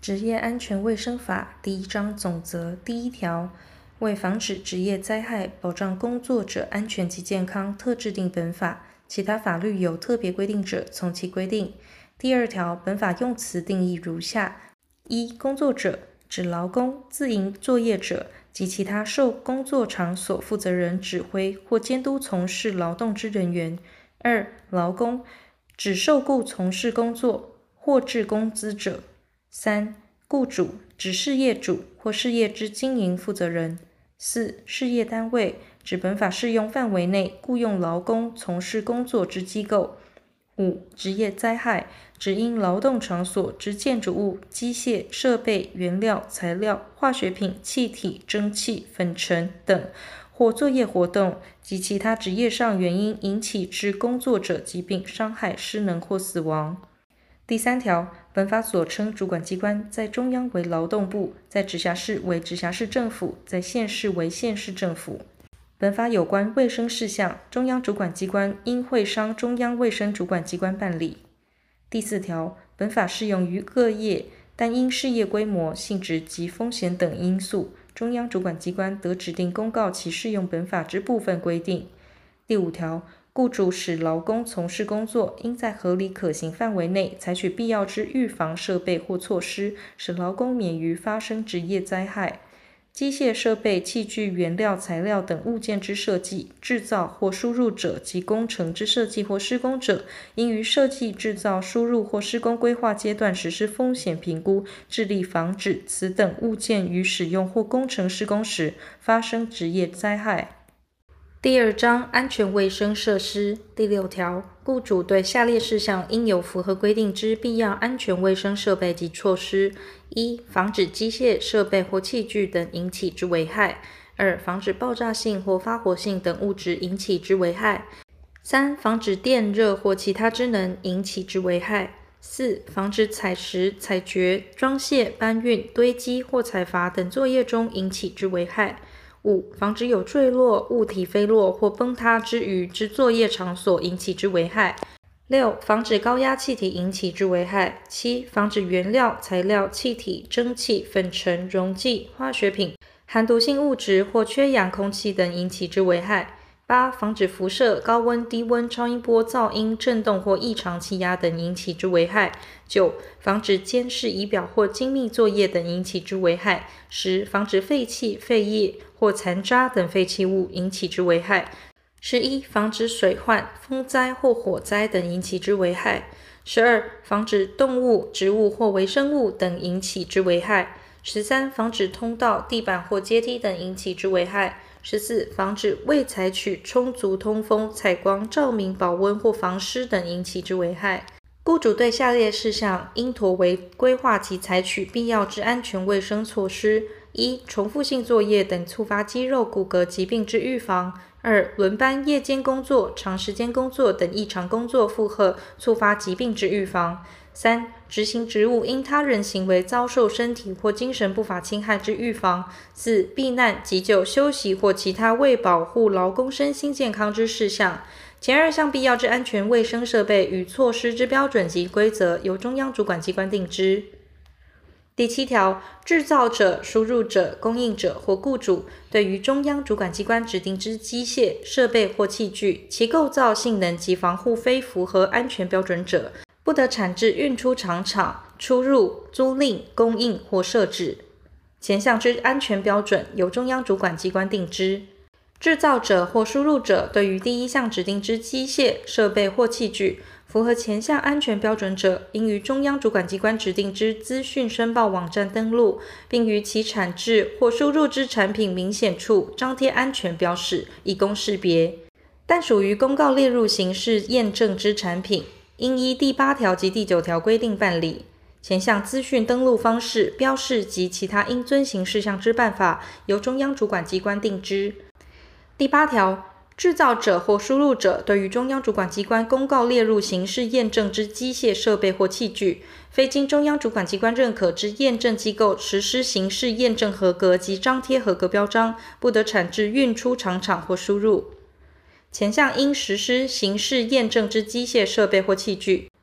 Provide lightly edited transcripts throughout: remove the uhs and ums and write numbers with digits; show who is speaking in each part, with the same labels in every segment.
Speaker 1: 职业安全卫生法第1章总则第1条，为防止职业灾害，保障工作者安全及健康，特制定本法。其他法律有特别规定者，从其规定。第2条，本法用词定义如下：1、工作者指劳工、自营作业者及其他受工作场所负责人指挥或监督从事劳动之人员。2、劳工指受雇从事工作或置工资者。3、雇主指事业主或事业之经营负责人。4、事业单位指本法适用范围内雇用劳工从事工作之机构。5、职业灾害指因劳动场所之建筑物、机械设备、原料、材料、化学品、气体、蒸汽、粉尘等或作业活动及其他职业上原因引起之工作者疾病、伤害、失能或死亡。第3条，本法所称主管机关，在中央为劳动部，在直辖市为直辖市政府，在县市为县市政府。本法有关卫生事项，中央主管机关应会商中央卫生主管机关办理。第4条，本法适用于各业，但因事业规模、性质及风险等因素，中央主管机关得指定公告其适用本法之部分规定。第5条，雇主使劳工从事工作，应在合理可行范围内采取必要之预防设备或措施，使劳工免于发生职业灾害。机械设备、器具、原料、材料等物件之设计、制造或输入者及工程之设计或施工者，应于设计、制造、输入或施工规划阶段实施风险评估，致力防止此等物件于使用或工程施工时发生职业灾害。第2章安全卫生设施第6条，雇主对下列事项应有符合规定之必要安全卫生设备及措施： 1、防止机械设备或器具等引起之危害； 2、防止爆炸性或发火性等物质引起之危害； 3、防止电热或其他之能引起之危害； 4、防止采石、采掘、装卸、搬运、堆积或采伐等作业中引起之危害； 5、防止有坠落、物体飞落或崩塌之余之作业场所引起之危害； 6、防止高压气体引起之危害； 7、防止原料、材料、气体、蒸汽、粉尘、溶剂、化学品、含毒性物质或缺氧空气等引起之危害； 8、防止辐射、高温、低温、超音波、噪音、震动或异常气压等引起之危害； 9、防止监视仪表或精密作业等引起之危害； 10、防止废气、废液或残渣等废弃物引起之危害； 11、防止水患、风灾或火灾等引起之危害； 12、防止动物、植物或微生物等引起之危害； 13、防止通道、地板或阶梯等引起之危害； 14、防止未采取充足通风、采光、照明、保温或防湿等引起之危害。雇主对下列事项应妥为规划及采取必要之安全卫生措施： 1、重复性作业等触发肌肉骨骼疾病之预防； 2、轮班、夜间工作、长时间工作等异常工作负荷触发疾病之预防； 3、执行职务因他人行为遭受身体或精神不法侵害之预防； 4、避难、急救、休息或其他为保护劳工身心健康之事项。前2项必要之安全卫生设备与措施之标准及规则，由中央主管机关定之。第7条，制造者、输入者、供应者或雇主对于中央主管机关指定之机械、设备或器具，其构造、性能及防护非符合安全标准者，不得产制、运出厂出入、租赁、供应或设置。前项之安全标准，由中央主管机关定之。制造者或输入者对于第1项指定之机械、设备或器具，符合前项安全标准者，应于中央主管机关指定之资讯申报网站登录，并于其产制或输入之产品明显处张贴安全标示，以供识别。但属于公告列入形式验证之产品，应依第8条及第9条规定办理。前项资讯登录方式、标示及其他应遵行事项之办法，由中央主管机关定之。第8条，制造者或输入者对于中央主管机关公告列入形式验证之机械设备或器具，非经中央主管机关认可之验证机构实施形式验证合格及张贴合格标章，不得产制、运出厂或输入。前项应实施形式验证之机械设备或器具，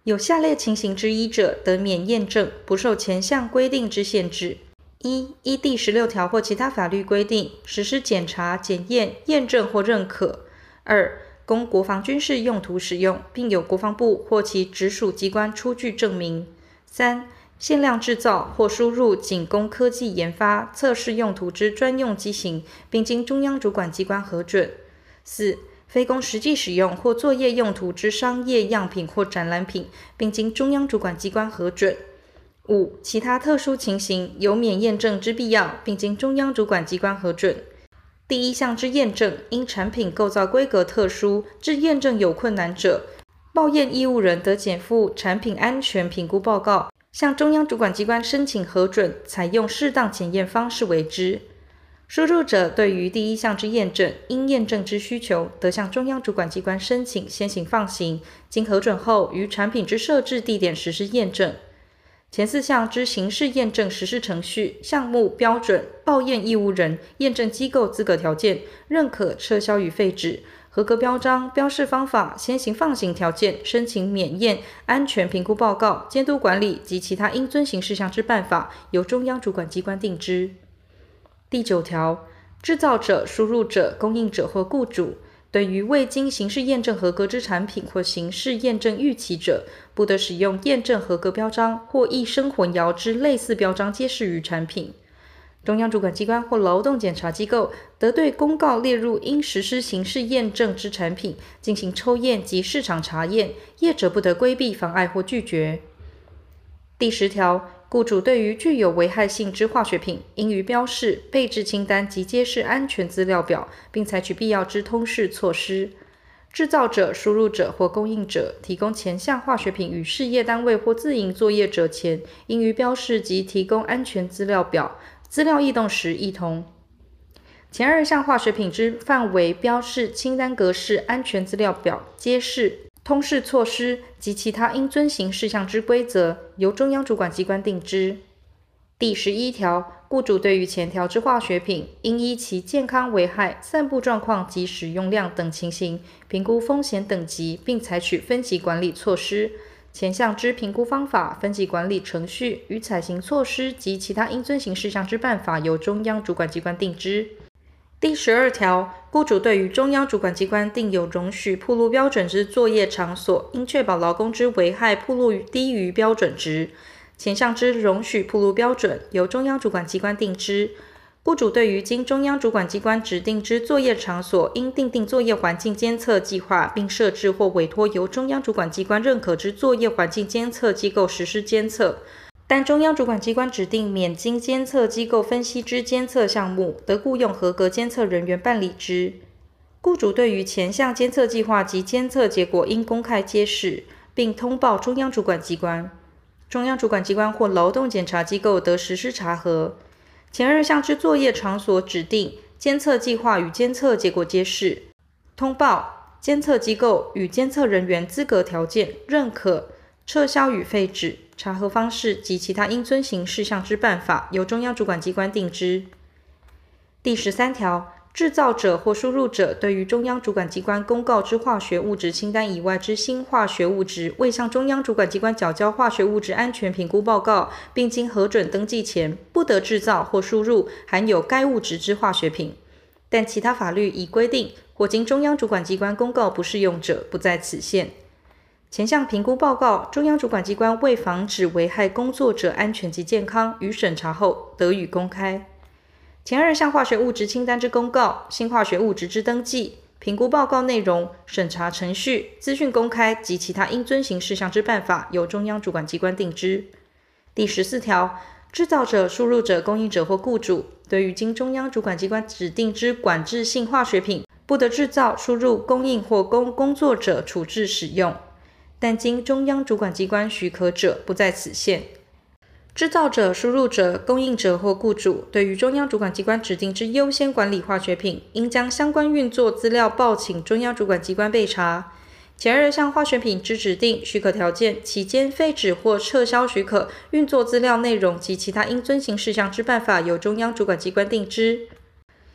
Speaker 1: 有下列情形之一者，得免验证，不受前项规定之限制：一、依第16条或其他法律规定实施检查、检验、验证或认可；二、供国防军事用途使用，并有国防部或其直属机关出具证明；三、限量制造或输入仅供科技研发、测试用途之专用机型，并经中央主管机关核准；四、非供实际使用或作业用途之商业样品或展览品，并经中央主管机关核准；五、其他特殊情形有免验证之必要，并经中央主管机关核准。第一项之验证，因产品构造规格特殊，致验证有困难者，报验义务人得检附产品安全评估报告，向中央主管机关申请核准，采用适当检验方式为之。输入者对于第一项之验证，因验证之需求，得向中央主管机关申请先行放行，经核准后，于产品之设置地点实施验证。前四项之形式验证实施程序、项目、标准、报验义务人、验证机构资格条件、认可、撤销与废止、合格标章、标示方法、先行放行条件、申请免验、安全评估报告、监督管理及其他应遵行事项之办法，由中央主管机关定之。第9条，制造者、输入者、供应者或雇主，对于未经形式验证合格之产品或形式验证逾期者，不得使用验证合格标章或易生混淆之类似标章揭示于产品。中央主管机关或劳动检查机构得对公告列入应实施形式验证之产品进行抽验及市场查验，业者不得规避、妨碍或拒绝。第10条，雇主对于具有危害性之化学品，应于标示、备置清单及揭示安全资料表，并采取必要之通示措施。制造者、输入者或供应者提供前项化学品与事业单位或自营作业者前，应于标示及提供安全资料表，资料异动时异同。前2项化学品之范围、标示、清单格式、安全资料表、揭示、通示措施及其他应遵行事项之规则，由中央主管机关定之。第11条，雇主对于前条之化学品，应依其健康危害、散布状况及使用量等情形，评估风险等级，并采取分级管理措施。前项之评估方法、分级管理程序与采行措施及其他应遵行事项之办法，由中央主管机关定之。第12条，雇主对于中央主管机关定有容许暴露标准之作业场所，应确保劳工之危害暴露低于标准值。前项之容许暴露标准，由中央主管机关定之。雇主对于经中央主管机关指定之作业场所，应订定作业环境监测计划，并设置或委托由中央主管机关认可之作业环境监测机构实施监测。但中央主管机关指定免经监测机构分析之监测项目，得雇用合格监测人员办理之。雇主对于前项监测计划及监测结果应公开揭示，并通报中央主管机关。中央主管机关或劳动检查机构得实施查核。前2项之作业场所指定、监测计划与监测结果揭示、通报、监测机构与监测人员资格条件、认可、撤销与废止、查核方式及其他应遵行事项之办法，由中央主管机关定之。第13条，制造者或输入者对于中央主管机关公告之化学物质清单以外之新化学物质，未向中央主管机关缴交化学物质安全评估报告，并经核准登记前，不得制造或输入含有该物质之化学品。但其他法律已规定或经中央主管机关公告不适用者，不在此限。前项评估报告，中央主管机关为防止危害工作者安全及健康，于审查后得予公开。前2项化学物质清单之公告、新化学物质之登记、评估报告内容、审查程序、资讯公开及其他应遵行事项之办法，由中央主管机关定之。第14条，制造者、输入者、供应者或雇主，对于经中央主管机关指定之管制性化学品，不得制造、输入、供应或供工作者处置使用，但经中央主管机关许可者，不在此限。制造者、输入者、供应者或雇主对于中央主管机关指定之优先管理化学品，应将相关运作资料报请中央主管机关备查。前2项化学品之指定、许可条件、期间废止或撤销许可、运作资料内容及其他应遵行事项之办法，由中央主管机关定之。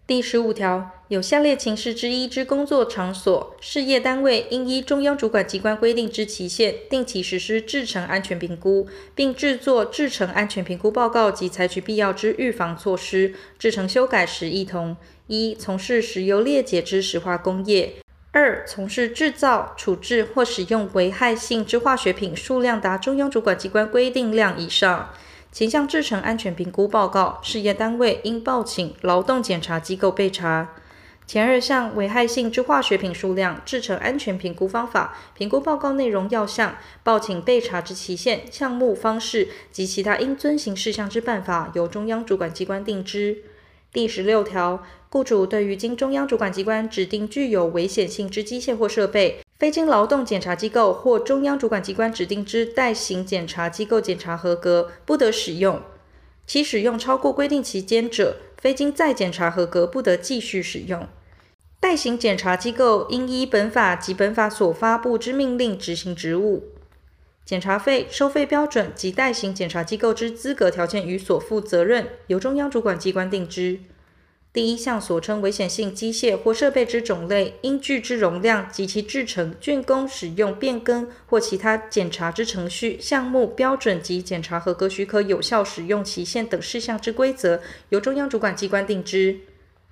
Speaker 1: 第15条，有下列情事之一之工作场所、事业单位，应依中央主管机关规定之期限，定期实施制程安全评估，并制作制程安全评估报告及采取必要之预防措施。制程修改时一同：一、从事石油裂解之石化工业；二、从事制造、处置或使用危害性之化学品数量达中央主管机关规定量以上。前项制程安全评估报告，事业单位应报请劳动检查机构备查。前2项危害性之化学品数量、制程安全评估方法、评估报告内容要项、报请备查之期限、项目方式及其他应遵行事项之办法，由中央主管机关定之。第16条，雇主对于经中央主管机关指定具有危险性之机械或设备，非经劳动检查机构或中央主管机关指定之代行检查机构检查合格，不得使用；其使用超过规定期间者，非经再检查合格，不得继续使用。代行检查机构应依本法及本法所发布之命令执行职务。检查费、收费标准及代行检查机构之资格条件与所负责任，由中央主管机关定之。第1项所称危险性机械或设备之种类、应具之容量及其制程、竣工、使用、变更或其他检查之程序、项目、标准及检查合格许可有效使用期限等事项之规则，由中央主管机关定之。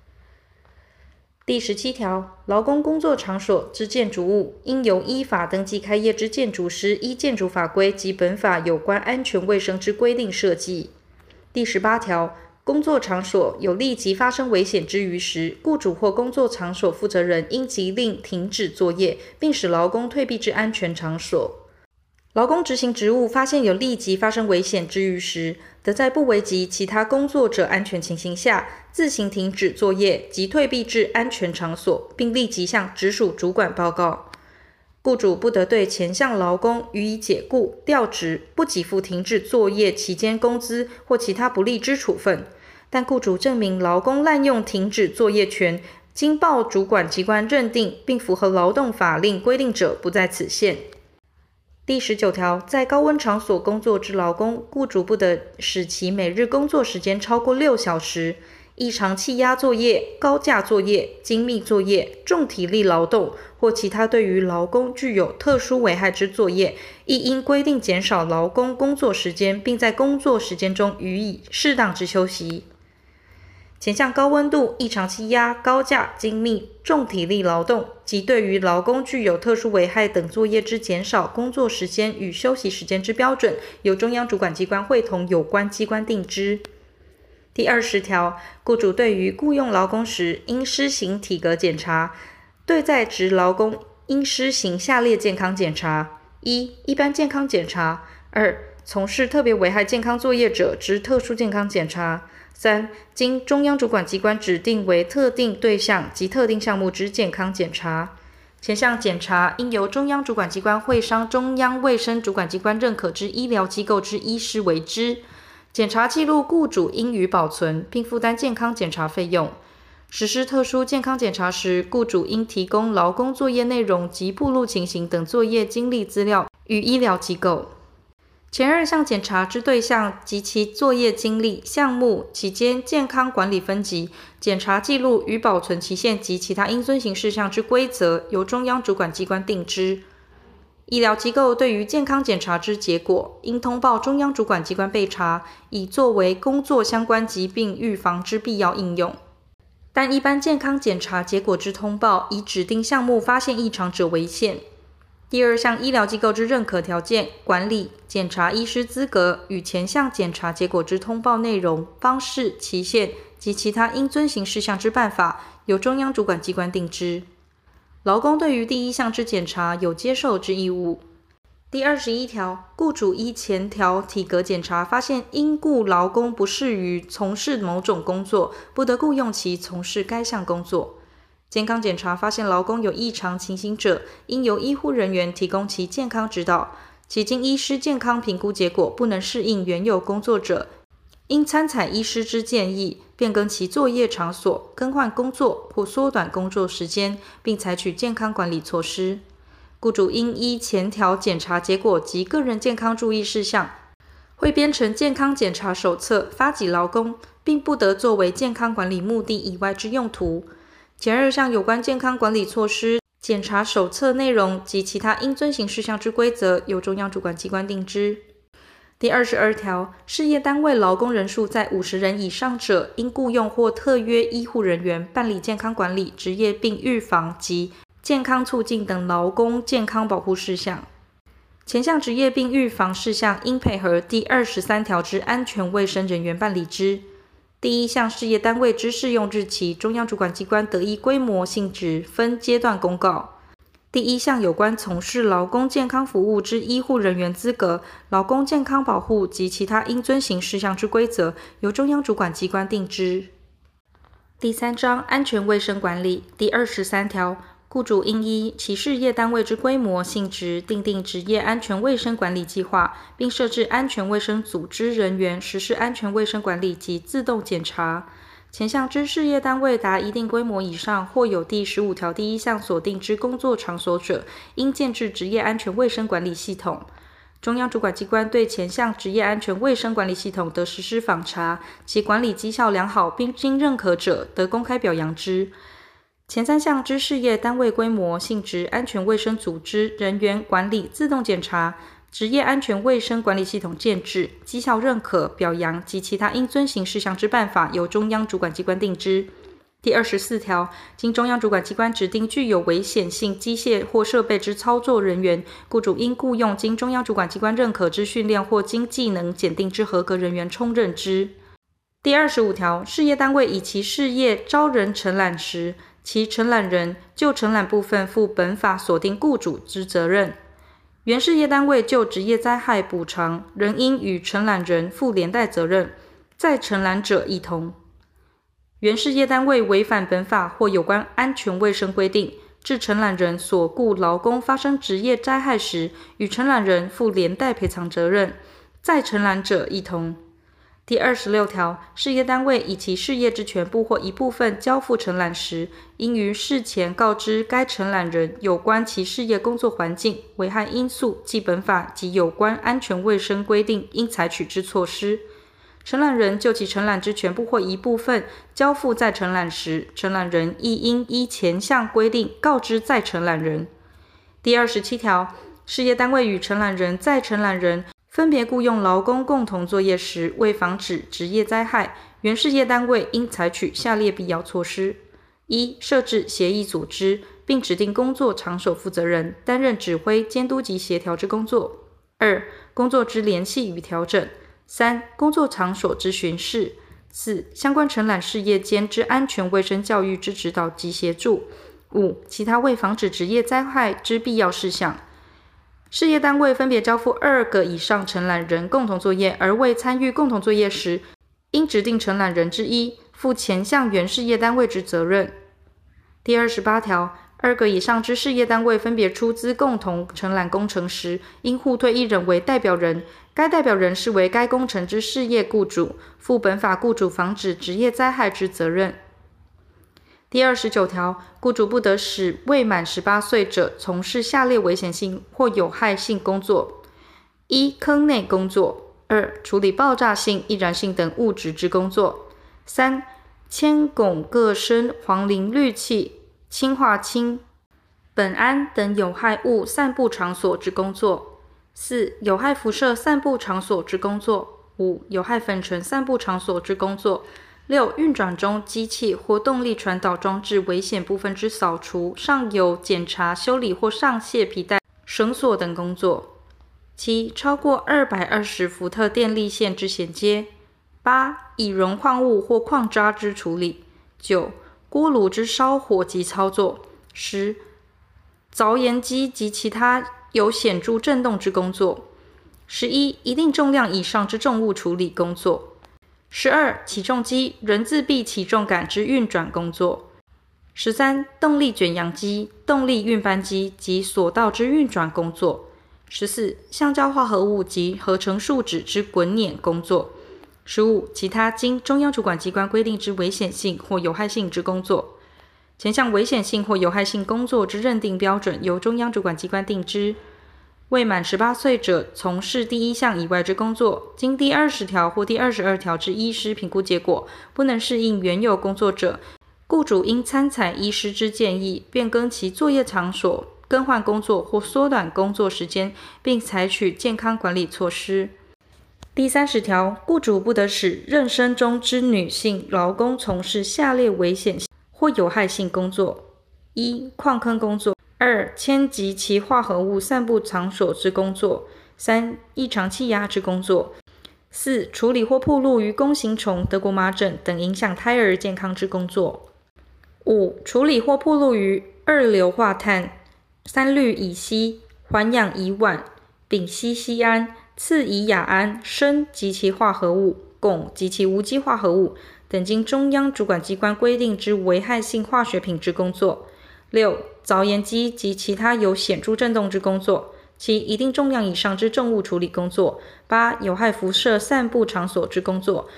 Speaker 1: 第17条，劳工工作场所之建筑物，应由依法登记开业之建筑师依建筑法规及本法有关安全卫生之规定设计。第18条，工作场所有立即发生危险之余时，雇主或工作场所负责人应即令停止作业，并使劳工退避至安全场所。劳工执行职务发现有立即发生危险之余时，得在不危及其他工作者安全情形下，自行停止作业及退避至安全场所，并立即向直属主管报告。雇主不得对前项劳工予以解雇、调职、不给付停止作业期间工资或其他不利之处分，但雇主证明劳工滥用停止作业权，经报主管机关认定并符合劳动法令规定者，不在此限。第19条，在高温场所工作之劳工，雇主不得使其每日工作时间超过6小时。异常气压作业、高架作业、精密作业、重体力劳动或其他对于劳工具有特殊危害之作业，亦应规定减少劳工工作时间，并在工作时间中予以适当之休息。前项高温度、异常气压、高架、精密、重体力劳动及对于劳工具有特殊危害等作业之减少工作时间与休息时间之标准，由中央主管机关会同有关机关定之。第20条，雇主对于雇用劳工时，应施行体格检查，对在职劳工应施行下列健康检查： 1. 一般健康检查； 2. 从事特别危害健康作业者之特殊健康检查； 3. 经中央主管机关指定为特定对象及特定项目之健康检查。前项检查应由中央主管机关会商中央卫生主管机关认可之医疗机构之医师为之。检查记录雇主应予保存，并负担健康检查费用。实施特殊健康检查时，雇主应提供劳工作业内容及暴露情形等作业经历资料予医疗机构。前2项检查之对象及其作业经历、项目、期间健康管理分级、检查记录与保存期限及其他应遵行事项之规则，由中央主管机关定之。医疗机构对于健康检查之结果，应通报中央主管机关备查，以作为工作相关疾病预防之必要应用。但一般健康检查结果之通报，以指定项目发现异常者为限。第2项医疗机构之认可条件、管理、检查医师资格与前项检查结果之通报内容、方式、期限及其他应遵行事项之办法，由中央主管机关定之。劳工对于第1项之检查有接受之义务。第21条，雇主依前条体格检查发现因雇劳工不适于从事某种工作，不得雇用其从事该项工作。健康检查发现劳工有异常情形者，应由医护人员提供其健康指导。其经医师健康评估结果不能适应原有工作者，应参采医师之建议，变更其作业场所，更换工作或缩短工作时间，并采取健康管理措施。雇主应依前条检查结果及个人健康注意事项， 会编成健康检查手册发给劳工，并不得作为健康管理目的以外之用途。前2项有关健康管理措施、检查手册内容及其他应遵行事项之规则，由中央主管机关定之。第22条，事业单位劳工人数在50人以上者，应雇用或特约医护人员办理健康管理、职业病预防及健康促进等劳工健康保护事项。前项职业病预防事项应配合第23条之安全卫生人员办理之。第1项事业单位之适用日期，中央主管机关得依规模性质分阶段公告。第1项有关从事劳工健康服务之医护人员资格、劳工健康保护及其他应遵行事项之规则，由中央主管机关定之。第3章安全卫生管理第23条，雇主应依其事业单位之规模性质，订定职业安全卫生管理计划，并设置安全卫生组织人员实施安全卫生管理及自动检查。前项之事业单位达一定规模以上，或有第15条第1项所定之工作场所者，应建置职业安全卫生管理系统。中央主管机关对前项职业安全卫生管理系统得实施访查，其管理绩效良好并经认可者，得公开表扬之。前3项之事业单位规模、性质、安全卫生组织、人员管理、自动检查、职业安全卫生管理系统建制、绩效认可、表扬及其他应遵行事项之办法，由中央主管机关定之。第24条，经中央主管机关指定具有危险性机械或设备之操作人员，雇主应雇用经中央主管机关认可之训练或经技能检定之合格人员充任之。第25条，事业单位以其事业招人承揽时，其承揽人就承揽部分负本法所定雇主之责任。原事业单位就职业灾害补偿，仍应与承揽人负连带责任，再承揽者一同。原事业单位违反本法或有关安全卫生规定，致承揽人所雇劳工发生职业灾害时，与承揽人负连带赔偿责任，再承揽者一同。第26条，事业单位以其事业之全部或一部分交付承揽时，应于事前告知该承揽人有关其事业工作环境、危害因素及本法及有关安全卫生规定应采取之措施。承揽人就其承揽之全部或一部分交付再承揽时，承揽人亦应依前项规定告知再承揽人。第27条，事业单位与承揽人、再承揽人分别雇用劳工共同作业时，为防止职业灾害，原事业单位应采取下列必要措施： 1. 设置协议组织，并指定工作场所负责人，担任指挥、监督及协调之工作。 2. 工作之联系与调整。 3. 工作场所之巡视。 4. 相关承揽事业间之安全卫生教育之指导及协助。 5. 其他为防止职业灾害之必要事项。事业单位分别交付2个以上承揽人共同作业，而未参与共同作业时，应指定承揽人之一负前项原事业单位之责任。第28条，2个以上之事业单位分别出资共同承揽工程时，应互推一人为代表人，该代表人视为该工程之事业雇主，负本法雇主防止职业灾害之责任。第29条，雇主不得使未满18岁者从事下列危险性或有害性工作： 1. 坑内工作； 2. 处理爆炸性、易燃性等物质之工作； 3. 铅汞铬砷黄磷氯气氰化氢苯胺等有害物散布场所之工作； 4. 有害辐射散布场所之工作； 5. 有害粉尘散布场所之工作； 6. 运转中机器或动力传导装置危险部分之扫除、上油、检查、修理或上卸皮带、绳索等工作； 7. 超过220伏特电力线之衔接； 8. 以熔矿物或矿渣之处理； 9. 锅炉之烧火及操作； 10. 凿岩机及其他有显著震动之工作； 11. 一定重量以上之重物处理工作； 12. 起重机、人字臂起重杆之运转工作； 13. 动力卷扬机、动力运搬机及索道之运转工作； 14. 橡胶化合物及合成树脂之滚碾工作； 15. 其他经中央主管机关规定之危险性或有害性之工作。前项危险性或有害性工作之认定标准，由中央主管机关定之。 未满18岁者从事第1项以外之工作，经第20条或第22条之医师评估结果不能适应原有工作者，雇主应参采医师之建议，变更其作业场所，更换工作或缩短工作时间，并采取健康管理措施。第30条，雇主不得使妊娠中之女性劳工从事下列危险或有害性工作：1. 矿坑工作； 2. 铅及其化合物散布场所之工作； 3. 异常气压之工作； 4. 处理或暴露于弓形虫、德国麻疹等影响胎儿健康之工作； 5. 处理或暴露于二硫化碳、三氯乙烯、环氧乙烷、丙烯酰胺、次乙亚胺、砷及其化合物、汞及其无机化合物等经中央主管机关规定之危害性化学品之工作； 6. 凿岩机及其他有显著震动之工作； 7. 一定重量以上之重物处理工作； 8. 有害辐射散布场所之工作；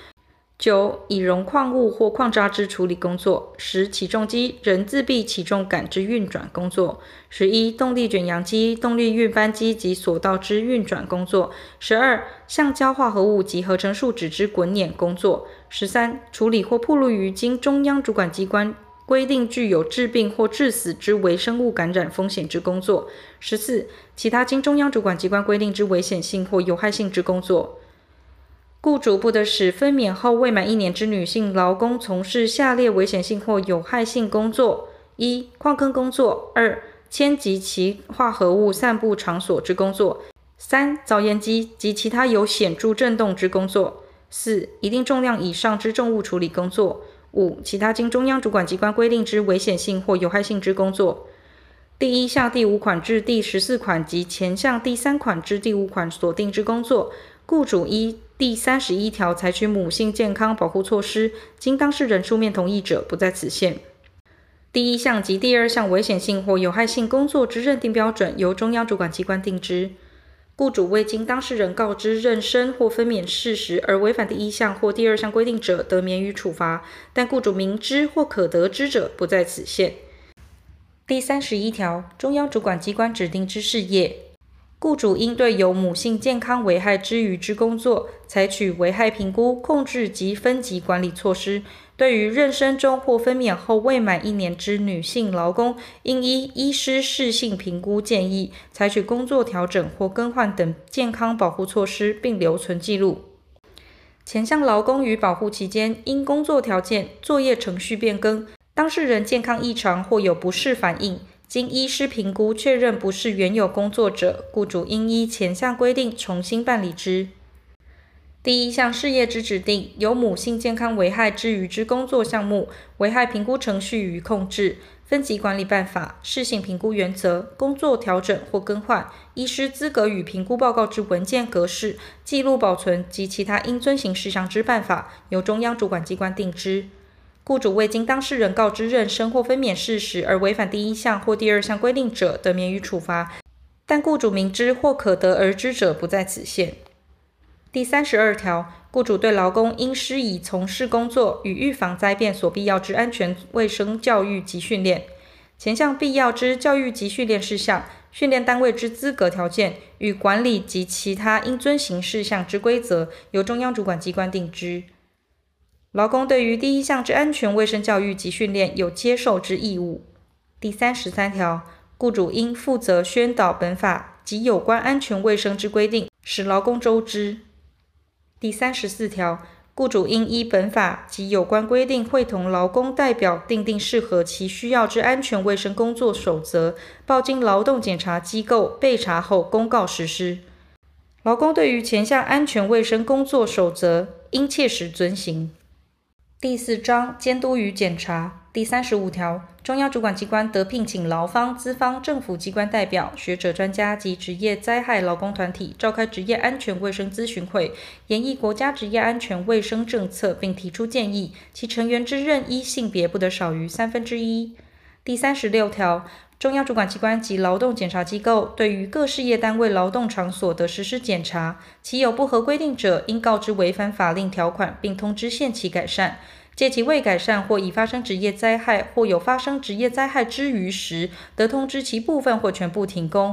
Speaker 1: 9. 以溶矿物或矿渣之处理工作； 10. 起重机、人自闭起重杆之运转工作； 11. 动力卷扬机、动力运搬机及索道之运转工作； 12. 橡胶化合物及合成树脂之滚碾工作； 13. 处理或暴露于经中央主管机关规定具有致病或致死之微生物感染风险之工作； 14. 其他经中央主管机关规定之危险性或有害性之工作。雇主不得使分娩后未满1年之女性劳工从事下列危险性或有害性工作：1. 矿坑工作； 2. 铅及其化合物散布场所之工作； 3. 凿岩机及其他有显著震动之工作； 4. 一定重量以上之重物处理工作； 5. 其他经中央主管机关规定之危险性或有害性之工作。第1项第5款至第14款及前项第3款至第5款所定之工作，雇主依第31条采取母性健康保护措施，经当事人书面同意者，不在此限。第1项及第2项危险性或有害性工作之认定标准，由中央主管机关定之。雇主未经当事人告知妊娠或分娩事实而违反第1项或第2项规定者，得免予处罚，但雇主明知或可得知者，不在此限。第31条，中央主管机关指定之事业，雇主应对有母性健康危害之余之工作，采取危害评估、控制及分级管理措施。对于妊娠中或分娩后未满1年之女性劳工，应依医师适性评估建议，采取工作调整或更换等健康保护措施，并留存记录。前项劳工于保护期间，因工作条件、作业程序变更、当事人健康异常或有不适反应，经医师评估确认不是原有工作者，雇主应依前项规定重新办理之。第1项事业之指定，有母性健康危害之余之工作项目、危害评估程序与控制、分级管理办法、适性评估原则、工作调整或更换、医师资格与评估报告之文件格式、记录保存及其他应遵行事项之办法，由中央主管机关定之。雇主未经当事人告知妊娠或分娩事实而违反第1项或第2项规定者，得免予处罚，但雇主明知或可得而知者，不在此限。第32条，雇主对劳工应施以从事工作与预防灾变所必要之安全卫生教育及训练。前项必要之教育及训练事项、训练单位之资格条件与管理及其他应遵行事项之规则，由中央主管机关定之。劳工对于第1项之安全卫生教育及训练有接受之义务。第33条，雇主应负责宣导本法及有关安全卫生之规定，使劳工周知。第34条，雇主应依本法及有关规定，会同劳工代表订定适合其需要之安全卫生工作守则，报经劳动检查机构备查后公告实施。劳工对于前项安全卫生工作守则，应切实遵行。第4章监督与检查。第35条，中央主管机关得聘请劳方、资方、政府机关代表、学者专家及职业灾害劳工团体，召开职业安全卫生咨询会，研议国家职业安全卫生政策，并提出建议，其成员之任依性别不得少于1/3。第36条，中央主管机关及劳动检查机构对于各事业单位劳动场所得实施检查，其有不合规定者，应告知违反法令条款，并通知限期改善。借其未改善或已发生职业灾害或有发生职业灾害之余时，得通知其部分或全部停工。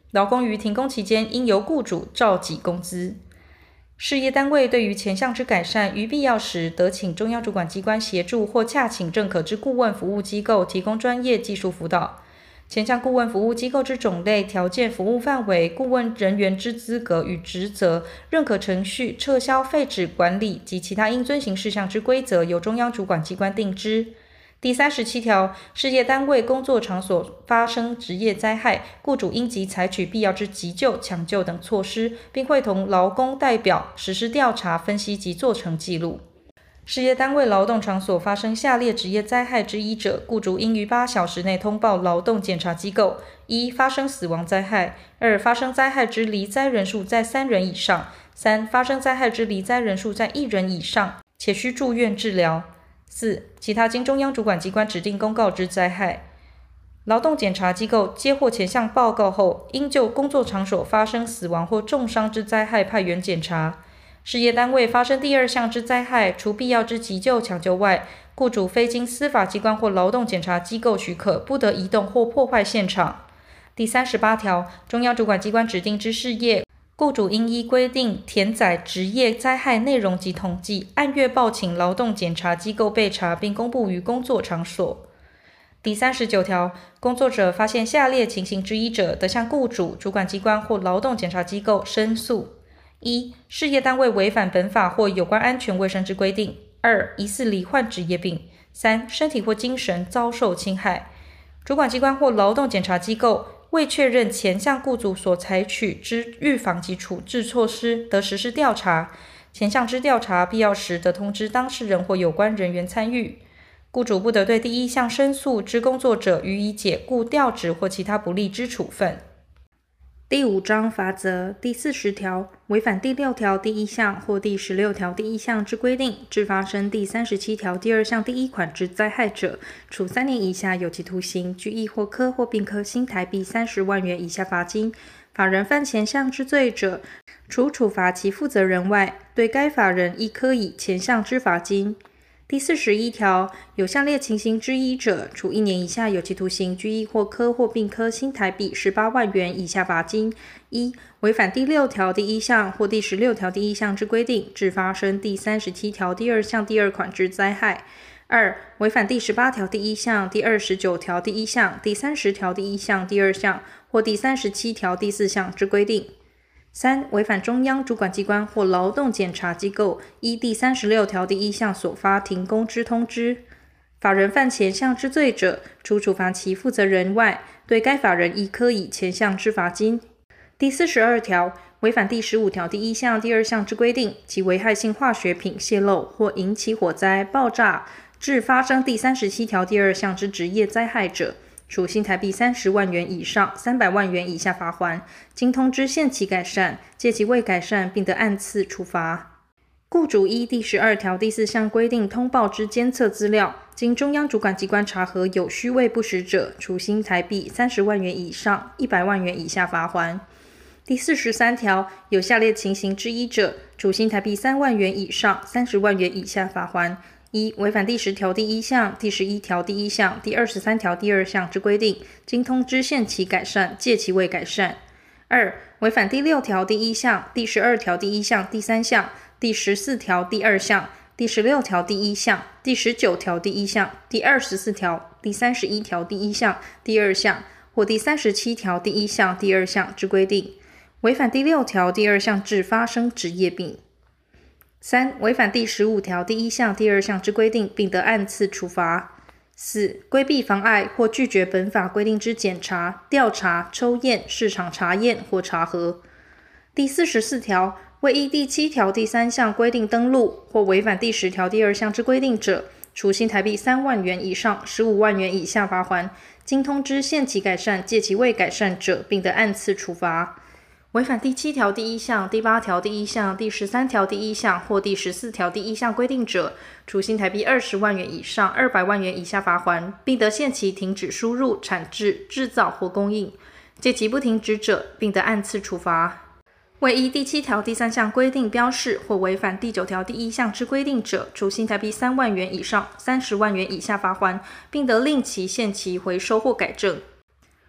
Speaker 1: 劳工于停工期间应由雇主照给工资。事业单位对于前项之改善，于必要时得请中央主管机关协助或洽请认可之顾问服务机构提供专业技术辅导。前项顾问服务机构之种类、条件、服务范围、顾问人员之资格与职责、认可程序、撤销废止管理及其他应遵行事项之规则，由中央主管机关定之。第37条，事业单位工作场所发生职业灾害，雇主应即采取必要之急救、抢救等措施，并会同劳工代表实施调查、分析及做成记录。事业单位劳动场所发生下列职业灾害之一者，雇主应于8小时内通报劳动检查机构：一、发生死亡灾害；二、发生灾害之罹灾人数在3人以上；三、发生灾害之罹灾人数在1人以上，且需住院治疗；四、其他经中央主管机关指定公告之灾害。劳动检查机构接获前项报告后，应就工作场所发生死亡或重伤之灾害派员检查。事业单位发生第2项之灾害，除必要之急救抢救外，雇主非经司法机关或劳动检查机构许可，不得移动或破坏现场。第38条，中央主管机关指定之事业，雇主应依规定填载职业灾害内容及统计，按月报请劳动检查机构备查，并公布于工作场所。第39条，工作者发现下列情形之一者，得向雇主、主管机关或劳动检查机构申诉：一、事业单位违反本法或有关安全卫生之规定；二、疑似罹患职业病；三、身体或精神遭受侵害。主管机关或劳动检查机构未确认前项雇主所采取之预防及处置措施，得实施调查。前项之调查必要时，得通知当事人或有关人员参与。雇主不得对第1项申诉之工作者予以解雇、调职或其他不利之处分。第5章罚则第40条，违反第6条第1项或第16条第1项之规定，致发生第37条第2项第1款之灾害者，处3年以下有期徒刑、拘役或科或并科新台币30万元以下罚金。法人犯前项之罪者，除处罚其负责人外，对该法人亦科以前项之罚金。第41条，有下列情形之一者，处1年以下有期徒刑、拘役或科或并科新台币18万元以下罚金。一、违反第6条第1项或第16条第1项之规定，致发生第37条第2项第2款之灾害。二、违反第18条第1项、第29条第1项、第30条第1项第2项或第37条第4项之规定。三、违反中央主管机关或劳动检查机构依第36条第1项所发停工之通知。法人犯前项之罪者，除处罚其负责人外，对该法人亦科以前项之罚金。第42条，违反第15条第1项、第2项之规定，其危害性化学品泄漏或引起火灾、爆炸，致发生第37条第2项之职业灾害者，处新台币30万元以上300万元以下罚锾，经通知限期改善，届期未改善，并得按次处罚。雇主依第12条第4项规定通报之监测资料，经中央主管机关查核有虚伪不实者，处新台币30万元以上100万元以下罚锾。第43条，有下列情形之一者，处新台币3万元以上30万元以下罚锾。一、违反第10条第1项、第11条第1项、第23条第2项之规定，经通知限期改善，届期未改善。二、违反第6条第1项、第12条第1项第3项、第14条第2项、第16条第1项、第19条第1项、第24条、第31条第1项、第2项或第37条第1项第2项之规定。违反第6条第2项致发生职业病。三、违反第15条第1项第2项之规定，并得按次处罚。四、规避妨碍或拒绝本法规定之检查、调查、抽验、市场查验或查核。第44条，未依第7条第3项规定登录或违反第10条第2项之规定者，处新台币3万元以上15万元以下罚锾，经通知限期改善、届期未改善者，并得按次处罚。违反第7条第1项、第8条第1项、第13条第1项或第14条第1项规定者，处新台币20万元以上200万元以下罚锾，并得限期停止输入、产制、制造或供应。届期不停止者，并得按次处罚。未依第7条第3项规定标示或违反第9条第1项之规定者，处新台币3万元以上30万元以下罚锾，并得令其限期回收或改正。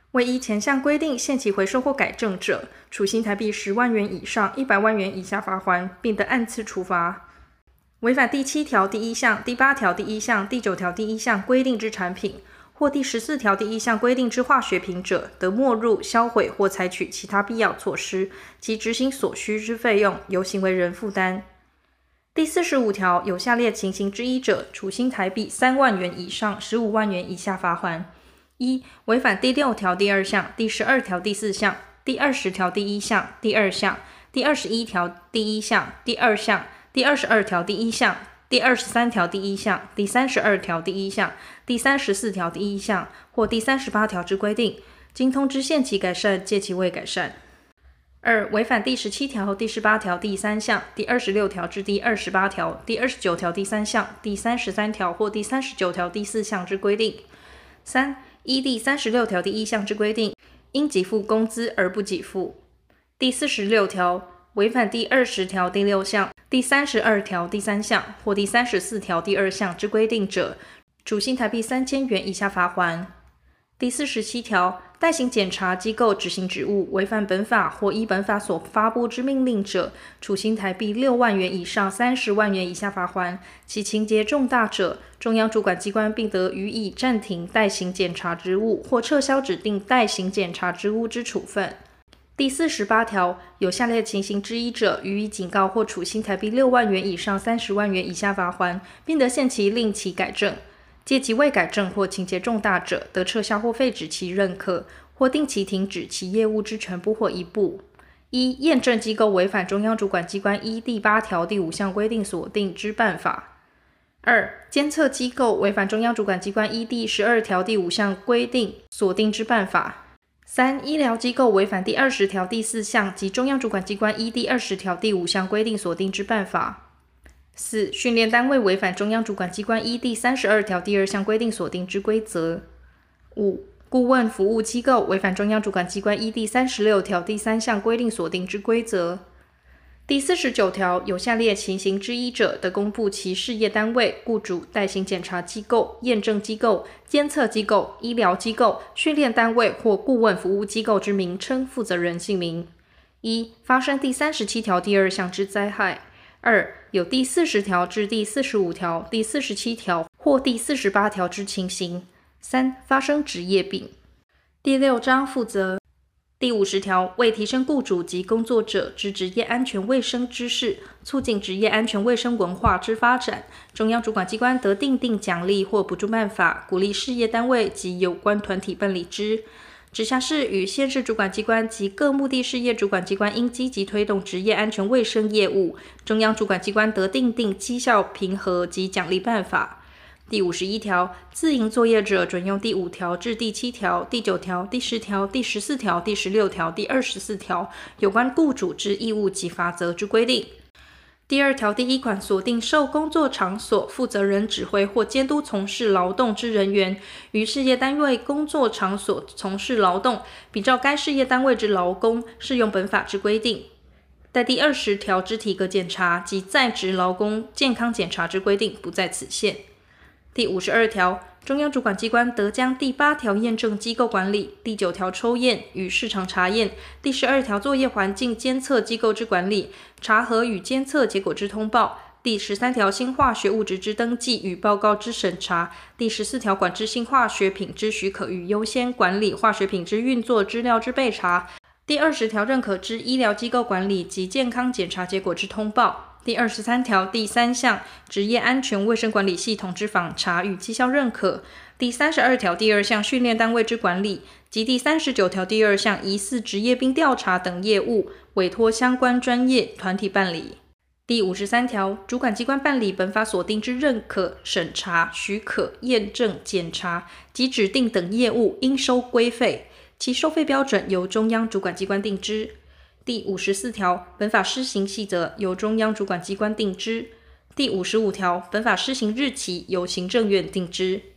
Speaker 1: 未依前项规定限期回收或改正者，处新台币10万元以上100万元以下罚锾，并得按次处罚。违反第7条第1项、第8条第1项、第9条第1项规定之产品，或第14条第1项规定之化学品者，得没入、销毁或采取其他必要措施，及执行所需之费用，由行为人负担。第45条有下列情形之一者，处新台币3万元以上15万元以下罚锾。1. 违反第6条第2项、第12条第4项、第20条第1项、第2项、第21条第1项、第2项、第22条第1项、第23条第1项、第32条第1项、第34条第1项或第38条之规定，经通知限期改善，届期未改善。2. 违反第17条、第18条第3项、第26条至第28条、第29条第3项、第33条或第39条第4项之规定。3. 依第36条第1项之规定，应给付工资而不给付。第46条违反第20条第6项、第32条第3项或第34条第2项之规定者，处新台币3000元以下罚锾。第47条，代行检查机构执行职务违反本法或依本法所发布之命令者，处新台币6万元以上30万元以下罚锾。其情节重大者，中央主管机关并得予以暂停代行检查职务或撤销指定代行检查职务之处分。第48条，有下列情形之一者，予以警告或处新台币6万元以上30万元以下罚锾，并得限期令其改正。届期未改正或情节重大者，得撤销或废止其认可，或定期停止其业务之全部或一部。1. 验证机构违反中央主管机关依第8条第5项规定所定之办法。2. 监测机构违反中央主管机关依第12条第5项规定所定之办法。3. 医疗机构违反第20条第4项及中央主管机关依第20条第5项规定所定之办法。4. 训练单位违反中央主管机关依第32条第2项规定所定之规则。5. 顾问服务机构违反中央主管机关依第36条第3项规定所定之规则。第49条，有下列情形之一者，得公布其事业单位、雇主、代行检查机构、验证机构、监测机构、医疗机构、训练单位或顾问服务机构之名称、负责人姓名。1. 发生第37条第2项之灾害。2. 有第40条至第45条、第47条或第48条之情形。3. 发生职业病。第6章负责。第50条，为提升雇主及工作者之职业安全卫生知识，促进职业安全卫生文化之发展，中央主管机关得订定奖励或补助办法，鼓励事业单位及有关团体办理之。直辖市与县市主管机关及各目的事业主管机关应积极推动职业安全卫生业务，中央主管机关得订定绩效评核及奖励办法。第51条，自营作业者准用第5条至第7条、第9条、第10条、第14条、第16条、第24条有关雇主之义务及罚则之规定。第2条第1款锁定受工作场所负责人指挥或监督从事劳动之人员，于事业单位工作场所从事劳动，比照该事业单位之劳工，适用本法之规定。在第20条之体格检查及在职劳工健康检查之规定，不在此限。第52条，中央主管机关得将第8条验证机构管理、第9条抽验与市场查验、第12条作业环境监测机构之管理、查核与监测结果之通报、第13条新化学物质之登记与报告之审查、第14条管制性化学品之许可与优先管理化学品之运作资料之备查、第20条认可之医疗机构管理及健康检查结果之通报、第23条第3项职业安全卫生管理系统之访查与绩效认可，第32条第2项训练单位之管理及第39条第2项疑似职业病调查等业务，委托相关专业团体办理。第53条，主管机关办理本法所定之认可、审查、许可、验证、检查及指定等业务，应收规费，其收费标准由中央主管机关定之。第54条，本法施行细则由中央主管机关定之。第55条，本法施行日期由行政院定之。